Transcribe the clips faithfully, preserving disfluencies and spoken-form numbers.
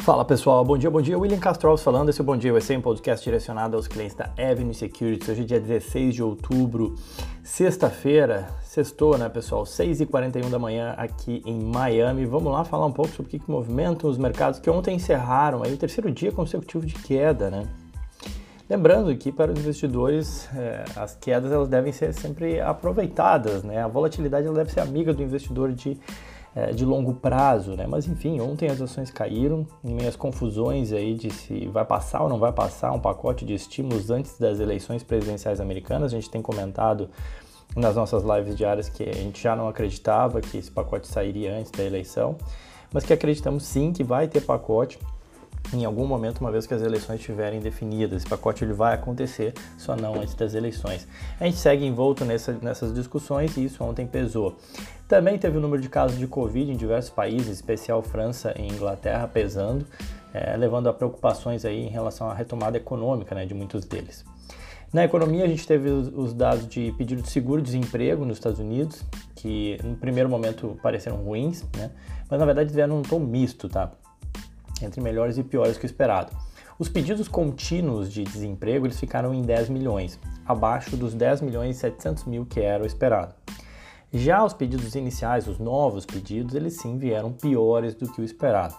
Fala pessoal, bom dia, bom dia, William Castro Alves falando, esse é o Bom Dia U S A, um podcast direcionado aos clientes da Avenue Securities. Hoje é dia dezesseis de outubro, sexta-feira, sextou, né pessoal, seis e quarenta e um da manhã aqui em Miami. Vamos lá falar um pouco sobre o que movimentam os mercados que ontem encerraram aí o terceiro dia consecutivo de queda, né? Lembrando que para os investidores, é, as quedas elas devem ser sempre aproveitadas, né? A volatilidade ela deve ser amiga do investidor de de longo prazo, né? Mas enfim, ontem as ações caíram em meio às confusões aí de se vai passar ou não vai passar um pacote de estímulos antes das eleições presidenciais americanas. A gente tem comentado nas nossas lives diárias que a gente já não acreditava que esse pacote sairia antes da eleição, mas que acreditamos sim que vai ter pacote em algum momento, uma vez que as eleições estiverem definidas. Esse pacote ele vai acontecer, só não antes das eleições. A gente segue envolto nessa, nessas discussões e isso ontem pesou. Também teve o número de casos de Covid em diversos países, em especial França e Inglaterra, pesando, é, levando a preocupações aí em relação à retomada econômica, né, de muitos deles. Na economia, a gente teve os, os dados de pedido de seguro-desemprego nos Estados Unidos, que no primeiro momento pareceram ruins, né, mas na verdade vieram num tom misto, tá? Entre melhores e piores que o esperado. Os pedidos contínuos de desemprego eles ficaram em dez milhões, abaixo dos dez milhões e setecentos mil que era o esperado. Já os pedidos iniciais, os novos pedidos, eles sim vieram piores do que o esperado.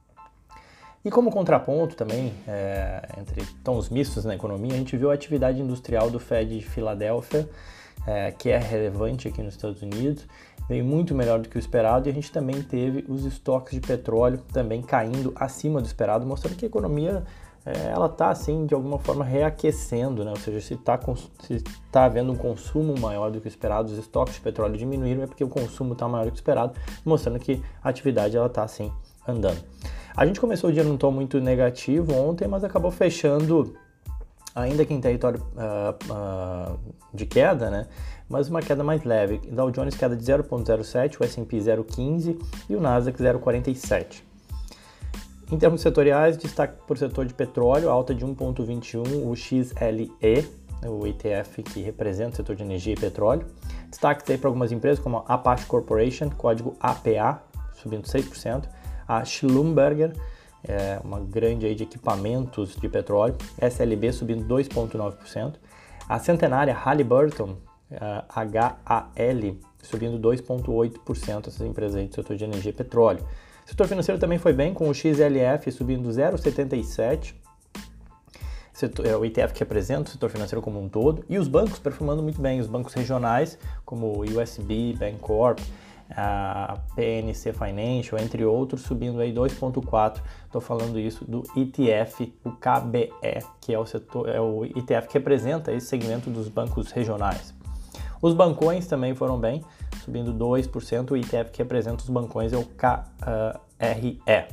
E como contraponto também, é, entre tons mistos na economia, a gente viu a atividade industrial do Fed de Filadélfia, é, que é relevante aqui nos Estados Unidos, veio muito melhor do que o esperado, e a gente também teve os estoques de petróleo também caindo acima do esperado, mostrando que a economia é, ela está assim de alguma forma reaquecendo, né? Ou seja, se está se tá havendo um consumo maior do que o esperado, os estoques de petróleo diminuíram, é porque o consumo está maior do que o esperado, mostrando que a atividade ela está assim andando. A gente começou o dia num tom muito negativo ontem, mas acabou fechando ainda que em território uh, uh, de queda, né? Mas uma queda mais leve. Dow Jones queda de zero vírgula zero sete, o S and P zero vírgula quinze e o Nasdaq zero vírgula quarenta e sete. Em termos setoriais, destaque por setor de petróleo, alta de um vírgula vinte e um, o X L E, o E T F que representa o setor de energia e petróleo. Destaques aí para algumas empresas como a Apache Corporation, código A P A, subindo seis por cento, a Schlumberger, é uma grande aí de equipamentos de petróleo, S L B subindo dois vírgula nove por cento, a centenária Halliburton, uh, H A L, subindo dois vírgula oito por cento, essas empresas aí do setor de energia e petróleo. O setor financeiro também foi bem, com o X L F subindo zero vírgula setenta e sete, setor, é o E T F que representa o setor financeiro como um todo, e os bancos performando muito bem, os bancos regionais, como o U S B, Bancorp, a P N C Financial, entre outros, subindo aí dois vírgula quatro. Estou falando isso do E T F, o K B E, que é o setor, é o E T F que representa esse segmento dos bancos regionais. Os bancões também foram bem, subindo dois por cento. O E T F que representa os bancões é o K R E.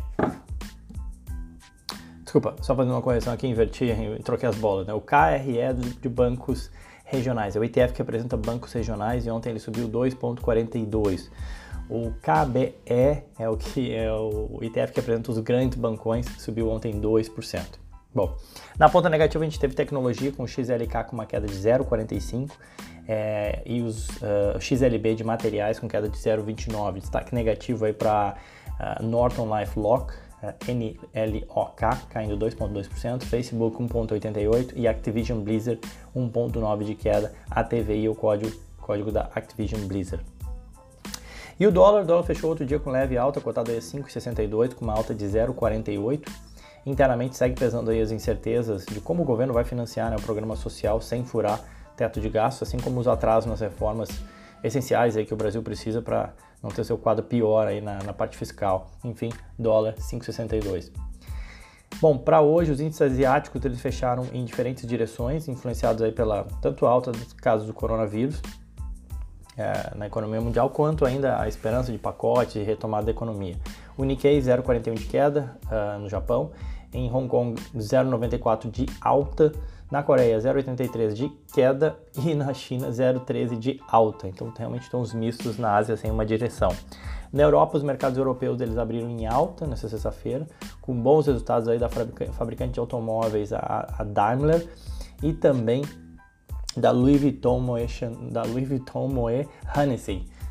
Desculpa, só fazendo uma correção aqui, inverti, troquei as bolas, né? O K R E de bancos regionais, é o E T F que representa bancos regionais e ontem ele subiu dois vírgula quarenta e dois. O K B E é o que é o E T F que representa os grandes bancões, subiu ontem dois por cento. Bom, na ponta negativa a gente teve tecnologia com o X L K com uma queda de zero vírgula quarenta e cinco é, e os uh, X L B de materiais com queda de zero vírgula vinte e nove. Destaque negativo aí para uh, Norton Life Lock, N L O K, caindo dois vírgula dois por cento, Facebook um vírgula oitenta e oito e Activision Blizzard um vírgula nove por cento de queda, A T V I é o código, código da Activision Blizzard. E o dólar, o dólar fechou outro dia com leve alta, cotado aí a cinco vírgula sessenta e dois, com uma alta de zero vírgula quarenta e oito. Internamente segue pesando aí as incertezas de como o governo vai financiar, né, o programa social sem furar teto de gastos, assim como os atrasos nas reformas essenciais aí que o Brasil precisa para não ter seu quadro pior aí na, na parte fiscal. Enfim, dólar cinco vírgula sessenta e dois. Bom, para hoje os índices asiáticos eles fecharam em diferentes direções, influenciados aí pela tanto alta dos casos do coronavírus é, na economia mundial, quanto ainda a esperança de pacote e retomada da economia. O Nikkei zero vírgula quarenta e um de queda uh, no Japão, em Hong Kong zero vírgula noventa e quatro de alta, na Coreia zero vírgula oitenta e três de queda e na China zero vírgula treze de alta. Então realmente estão os mistos na Ásia sem uma direção. Na Europa os mercados europeus eles abriram em alta nessa sexta-feira, com bons resultados aí da fabricante de automóveis, a, a Daimler, e também da Louis Vuitton Moët, da Louis Vuitton Moët Hennessy,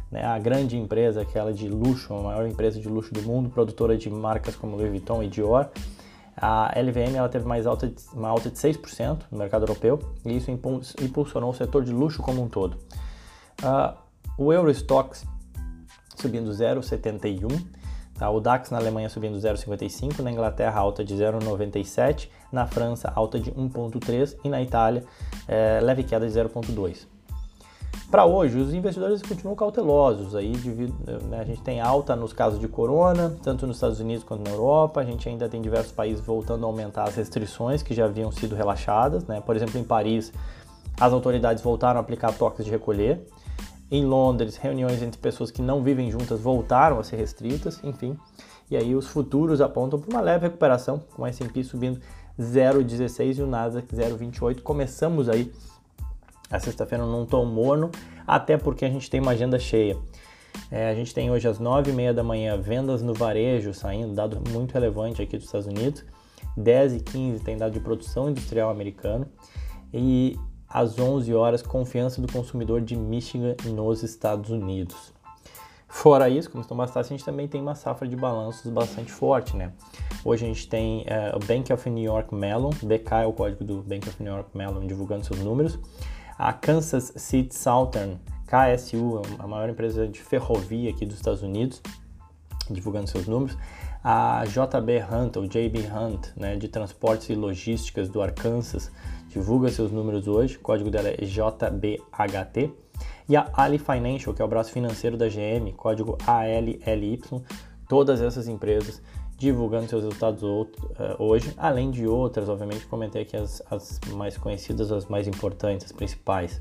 né, a grande empresa, aquela de luxo, a maior empresa de luxo do mundo, produtora de marcas como Louis Vuitton e Dior, a L V M ela teve mais alta, uma alta de seis por cento no mercado europeu, e isso impulsionou o setor de luxo como um todo. Uh, o Eurostoxx subindo zero vírgula setenta e um, tá? O DAX na Alemanha subindo zero vírgula cinquenta e cinco, na Inglaterra alta de zero vírgula noventa e sete, na França alta de um vírgula três e na Itália é, leve queda de zero vírgula dois. Para hoje, os investidores continuam cautelosos, aí, devido, né, a gente tem alta nos casos de corona, tanto nos Estados Unidos quanto na Europa, a gente ainda tem diversos países voltando a aumentar as restrições que já haviam sido relaxadas, né? Por exemplo, em Paris, as autoridades voltaram a aplicar toques de recolher. Em Londres, reuniões entre pessoas que não vivem juntas voltaram a ser restritas, enfim. E aí os futuros apontam para uma leve recuperação, com o S and P subindo zero vírgula dezesseis e o Nasdaq zero vírgula vinte e oito. Começamos aí a sexta-feira num tom morno, até porque a gente tem uma agenda cheia. É, a gente tem hoje às nove e meia da manhã vendas no varejo saindo, dado muito relevante aqui dos Estados Unidos. dez e quinze tem dado de produção industrial americano. E às onze horas, confiança do consumidor de Michigan nos Estados Unidos. Fora isso, como estão bastasse, a gente também tem uma safra de balanços bastante forte, né? Hoje a gente tem uh, o Bank of New York Mellon, B K é o código do Bank of New York Mellon, divulgando seus números. A Kansas City Southern, K S U, a maior empresa de ferrovia aqui dos Estados Unidos, divulgando seus números. A J B Hunt, ou J B Hunt, né, de transportes e logísticas do Arkansas, divulga seus números hoje, o código dela é J B H T. E a Ali Financial, que é o braço financeiro da G M, código A L L Y, todas essas empresas divulgando seus resultados hoje, além de outras, obviamente, comentei aqui as, as mais conhecidas, as mais importantes, as principais.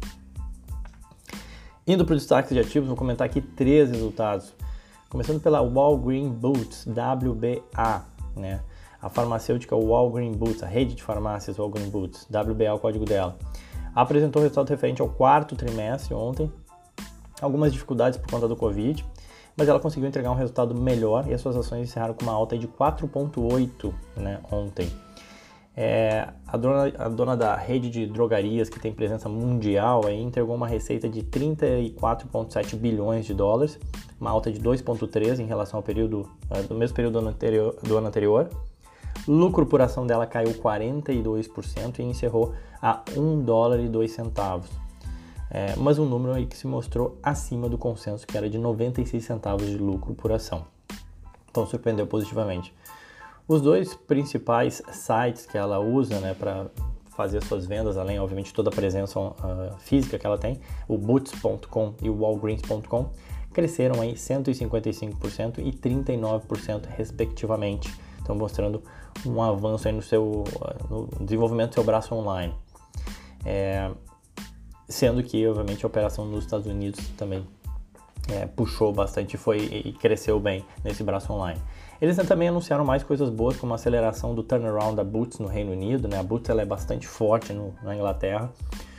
Indo para o destaque de ativos, vou comentar aqui três resultados. Começando pela Walgreens Boots, W B A, né? A farmacêutica Walgreens Boots, a rede de farmácias Walgreens Boots, W B A é o código dela, apresentou resultado referente ao quarto trimestre ontem, algumas dificuldades por conta do Covid, mas ela conseguiu entregar um resultado melhor e as suas ações encerraram com uma alta de quatro vírgula oito, né, ontem. É, a, dona, a dona da rede de drogarias, que tem presença mundial, aí, entregou uma receita de trinta e quatro vírgula sete bilhões de dólares, uma alta de dois vírgula três em relação ao período, do mesmo período do ano anterior. Do ano anterior. Lucro por ação dela caiu quarenta e dois por cento e encerrou a um dólar e dois centavos. É, mas um número aí que se mostrou acima do consenso, que era de noventa e seis centavos de lucro por ação. Então surpreendeu positivamente. Os dois principais sites que ela usa, né, para fazer suas vendas, além obviamente toda a presença uh, física que ela tem, o boots ponto com e o walgreens ponto com, cresceram aí cento e cinquenta e cinco por cento e trinta e nove por cento respectivamente. Então mostrando um avanço aí no seu no desenvolvimento do seu braço online. É, sendo que, obviamente, a operação nos Estados Unidos também é, puxou bastante foi, e cresceu bem nesse braço online. Eles também anunciaram mais coisas boas, como a aceleração do turnaround da Boots no Reino Unido, né? A Boots ela é bastante forte no, na Inglaterra,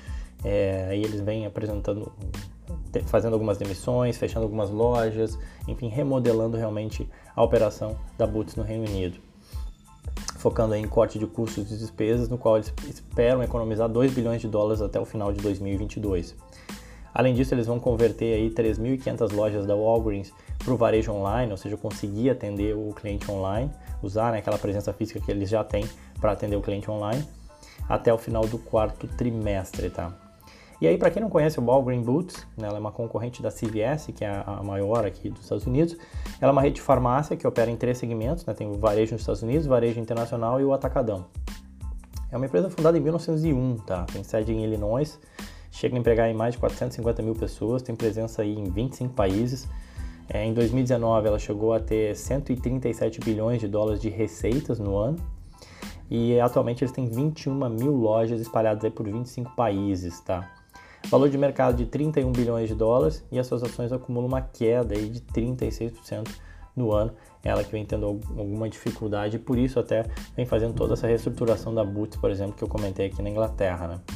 é, e eles vêm apresentando, fazendo algumas demissões, fechando algumas lojas, enfim, remodelando realmente a operação da Boots no Reino Unido, focando em corte de custos e despesas, no qual eles esperam economizar dois bilhões de dólares até o final de dois mil e vinte e dois. Além disso, eles vão converter aí três mil e quinhentas lojas da Walgreens para o varejo online, ou seja, conseguir atender o cliente online, usar, né, aquela presença física que eles já têm para atender o cliente online, até o final do quarto trimestre, tá? E aí, para quem não conhece o Walgreens Boots, né, ela é uma concorrente da C V S, que é a maior aqui dos Estados Unidos. Ela é uma rede de farmácia que opera em três segmentos, né, tem o varejo nos Estados Unidos, o varejo internacional e o atacadão. É uma empresa fundada em mil novecentos e um, tá? Tem sede em Illinois, chega a empregar em mais de quatrocentas e cinquenta mil pessoas, tem presença aí em vinte e cinco países. É, em dois mil e dezenove, ela chegou a ter cento e trinta e sete bilhões de dólares de receitas no ano. E atualmente eles têm vinte e uma mil lojas espalhadas aí por vinte e cinco países, tá? Valor de mercado de trinta e um bilhões de dólares e as suas ações acumulam uma queda aí de trinta e seis por cento no ano. Ela que vem tendo alguma dificuldade e por isso até vem fazendo toda essa reestruturação da Boots, por exemplo, que eu comentei aqui na Inglaterra, né?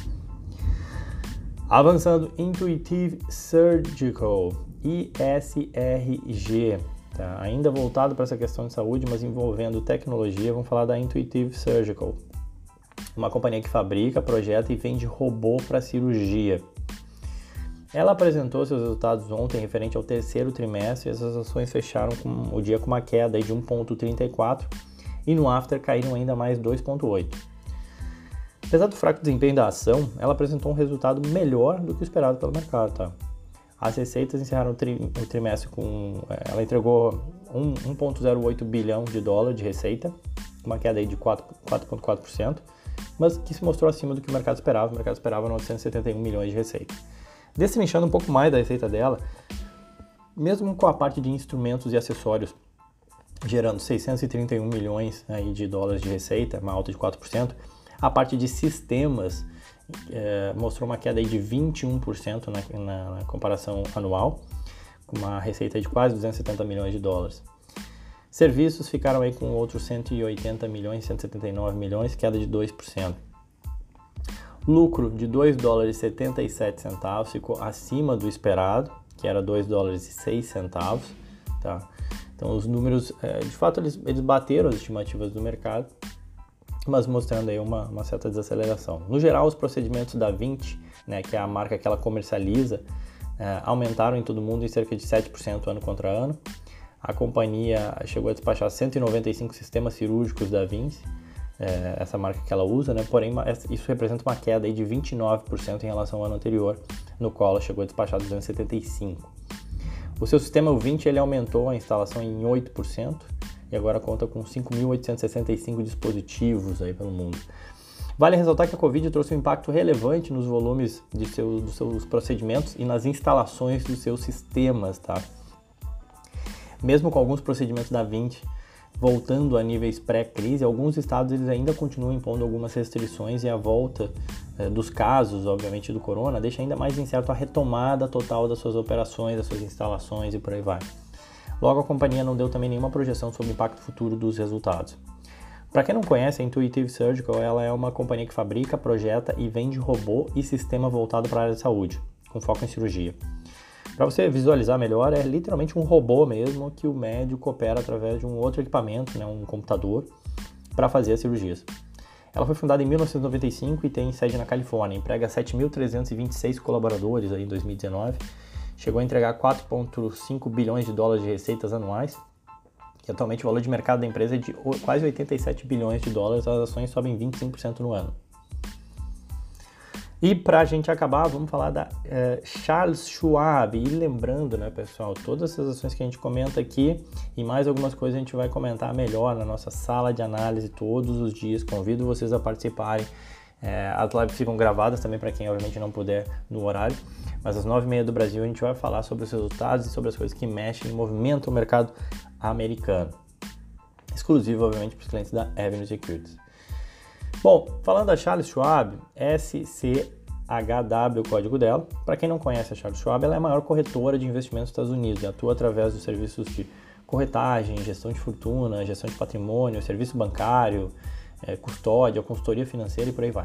Avançando, Intuitive Surgical, I S R G, tá? Ainda voltado para essa questão de saúde, mas envolvendo tecnologia, vamos falar da Intuitive Surgical, uma companhia que fabrica, projeta e vende robô para cirurgia. Ela apresentou seus resultados ontem referente ao terceiro trimestre e essas ações fecharam com, o dia com uma queda aí de um vírgula trinta e quatro e no after caíram ainda mais dois vírgula oito. Apesar do fraco desempenho da ação, ela apresentou um resultado melhor do que o esperado pelo mercado. Tá? As receitas encerraram o, tri, o trimestre com... Ela entregou um vírgula zero oito bilhão de dólares de receita, uma queda aí de quatro vírgula quatro por cento, mas que se mostrou acima do que o mercado esperava. O mercado esperava novecentos e setenta e um milhões de receita. Destrinchando um pouco mais da receita dela, mesmo com a parte de instrumentos e acessórios gerando seiscentos e trinta e um milhões aí de dólares de receita, uma alta de quatro por cento, a parte de sistemas é, mostrou uma queda aí de vinte e um por cento na, na, na comparação anual, com uma receita de quase duzentos e setenta milhões de dólares. Serviços ficaram aí com outros cento e oitenta milhões, cento e setenta e nove milhões, queda de dois por cento. Lucro de dois dólares e setenta e sete centavos ficou acima do esperado, que era dois dólares e seis centavos. Tá? Então os números, é, de fato, eles, eles bateram as estimativas do mercado, mas mostrando aí uma, uma certa desaceleração. No geral, os procedimentos da Vinci, né, que é a marca que ela comercializa, é, aumentaram em todo mundo em cerca de sete por cento ano contra ano. A companhia chegou a despachar cento e noventa e cinco sistemas cirúrgicos da Vinci, é, essa marca que ela usa, né? Porém isso representa uma queda aí de vinte e nove por cento em relação ao ano anterior, no qual ela chegou a despachar duzentos e setenta e cinco. O seu sistema, o Vinci, ele aumentou a instalação em oito por cento e agora conta com cinco mil oitocentos e sessenta e cinco dispositivos aí pelo mundo. Vale ressaltar que a Covid trouxe um impacto relevante nos volumes de seu, dos seus procedimentos e nas instalações dos seus sistemas, tá? Mesmo com alguns procedimentos da Vinci voltando a níveis pré-crise, alguns estados eles ainda continuam impondo algumas restrições e a volta eh, dos casos, obviamente, do corona, deixa ainda mais incerto a retomada total das suas operações, das suas instalações e por aí vai. Logo, a companhia não deu também nenhuma projeção sobre o impacto futuro dos resultados. Para quem não conhece, a Intuitive Surgical ela é uma companhia que fabrica, projeta e vende robô e sistema voltado para a área de saúde, com foco em cirurgia. Para você visualizar melhor, é literalmente um robô mesmo que o médico opera através de um outro equipamento, né, um computador, para fazer as cirurgias. Ela foi fundada em mil novecentos e noventa e cinco e tem sede na Califórnia, emprega sete mil trezentos e vinte e seis colaboradores aí em dois mil e dezenove, chegou a entregar quatro vírgula cinco bilhões de dólares de receitas anuais, e atualmente o valor de mercado da empresa é de quase oitenta e sete bilhões de dólares, as ações sobem vinte e cinco por cento no ano. E para a gente acabar, vamos falar da uh, Charles Schwab. E lembrando, né, pessoal, todas essas ações que a gente comenta aqui e mais algumas coisas a gente vai comentar melhor na nossa sala de análise todos os dias. Convido vocês a participarem. É, as lives ficam gravadas também para quem obviamente não puder no horário. Mas às nove e meia do Brasil a gente vai falar sobre os resultados e sobre as coisas que mexem e movimentam o mercado americano. Exclusivo, obviamente, para os clientes da Avenue Securities. Bom, falando da Charles Schwab, S C H W, o código dela. Para quem não conhece a Charles Schwab, ela é a maior corretora de investimentos dos Estados Unidos e atua através dos serviços de corretagem, gestão de fortuna, gestão de patrimônio, serviço bancário, é, custódia, consultoria financeira e por aí vai.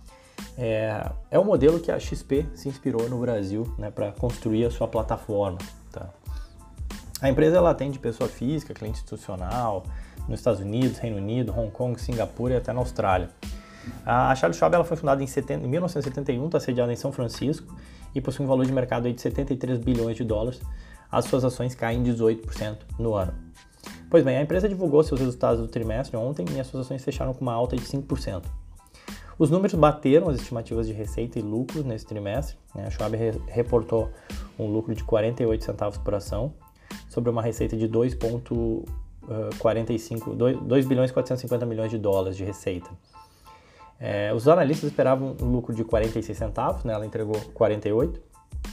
É, é um modelo que a X P se inspirou no Brasil, né, para construir a sua plataforma. Tá? A empresa ela atende pessoa física, cliente institucional, nos Estados Unidos, Reino Unido, Hong Kong, Singapura e até na Austrália. A Charles Schwab ela foi fundada em, setenta, em mil novecentos e setenta e um, está sediada em São Francisco e possui um valor de mercado aí de setenta e três bilhões de dólares. As suas ações caem dezoito por cento no ano. Pois bem, a empresa divulgou seus resultados do trimestre ontem e as suas ações fecharam com uma alta de cinco por cento. Os números bateram as estimativas de receita e lucro nesse trimestre. A Schwab re- reportou um lucro de quarenta e oito centavos por ação, sobre uma receita de dois vírgula quarenta e cinco, dois bilhões e quatrocentos e cinquenta milhões de dólares de receita. É, os analistas esperavam um lucro de quarenta e seis centavos, né? Ela entregou quarenta e oito.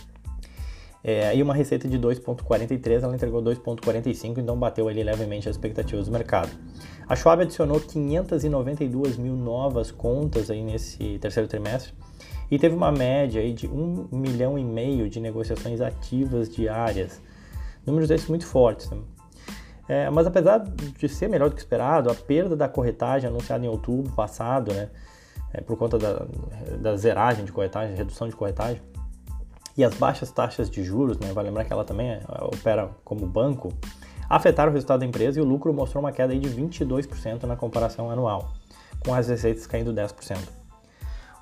É, e uma receita de dois vírgula quarenta e três, ela entregou dois vírgula quarenta e cinco, então bateu ali levemente as expectativas do mercado. A Schwab adicionou quinhentas e noventa e duas mil novas contas aí nesse terceiro trimestre e teve uma média aí de um milhão e meio de negociações ativas diárias. Números desses muito fortes, né? É, mas apesar de ser melhor do que esperado, a perda da corretagem anunciada em outubro passado, né, é, por conta da, da zeragem de corretagem, redução de corretagem, e as baixas taxas de juros, né, vale lembrar que ela também é, opera como banco, afetaram o resultado da empresa e o lucro mostrou uma queda aí de vinte e dois por cento na comparação anual, com as receitas caindo dez por cento.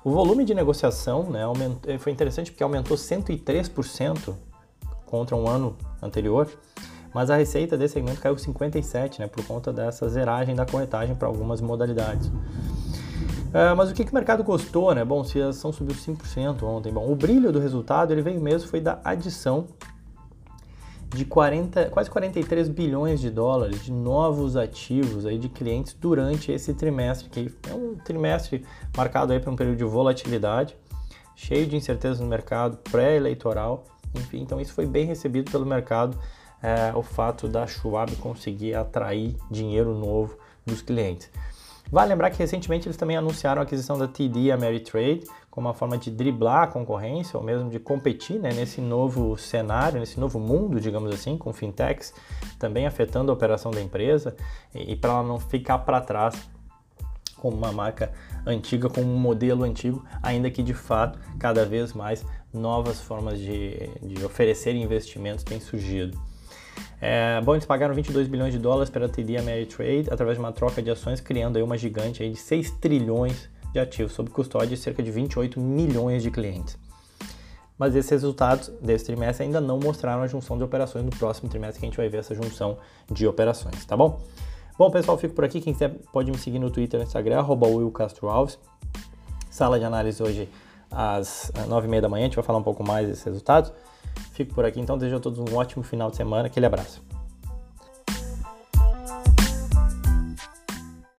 O volume de negociação, né, aumentou, foi interessante porque aumentou cento e três por cento contra um ano anterior, mas a receita desse segmento caiu cinquenta e sete por cento, né, por conta dessa zeragem da corretagem para algumas modalidades. Uh, mas o que, que o mercado gostou, né? Bom, se a ação subiu cinco por cento ontem, bom, o brilho do resultado ele veio mesmo foi da adição de quarenta, quase quarenta e três bilhões de dólares de novos ativos aí de clientes durante esse trimestre, que é um trimestre marcado aí por um período de volatilidade, cheio de incerteza no mercado, pré-eleitoral, enfim, então isso foi bem recebido pelo mercado, é, o fato da Schwab conseguir atrair dinheiro novo dos clientes. Vale lembrar que recentemente eles também anunciaram a aquisição da T D Ameritrade como uma forma de driblar a concorrência ou mesmo de competir, né, nesse novo cenário, nesse novo mundo, digamos assim, com fintechs também afetando a operação da empresa e, e para ela não ficar para trás como uma marca antiga, com um modelo antigo, ainda que de fato cada vez mais novas formas de, de oferecer investimentos têm surgido. É, bom, eles pagaram vinte e dois bilhões de dólares pela T D Ameritrade através de uma troca de ações, criando aí uma gigante aí de seis trilhões de ativos, sob custódia de cerca de vinte e oito milhões de clientes. Mas esses resultados desse trimestre ainda não mostraram a junção de operações. No próximo trimestre que a gente vai ver essa junção de operações, tá bom? Bom, pessoal, fico por aqui. Quem quiser pode me seguir no Twitter e no Instagram, arroba Will Castro Alves. Sala de análise hoje às nove e meia da manhã, a gente vai falar um pouco mais desses resultados. Fico por aqui, então desejo a todos um ótimo final de semana. Aquele abraço.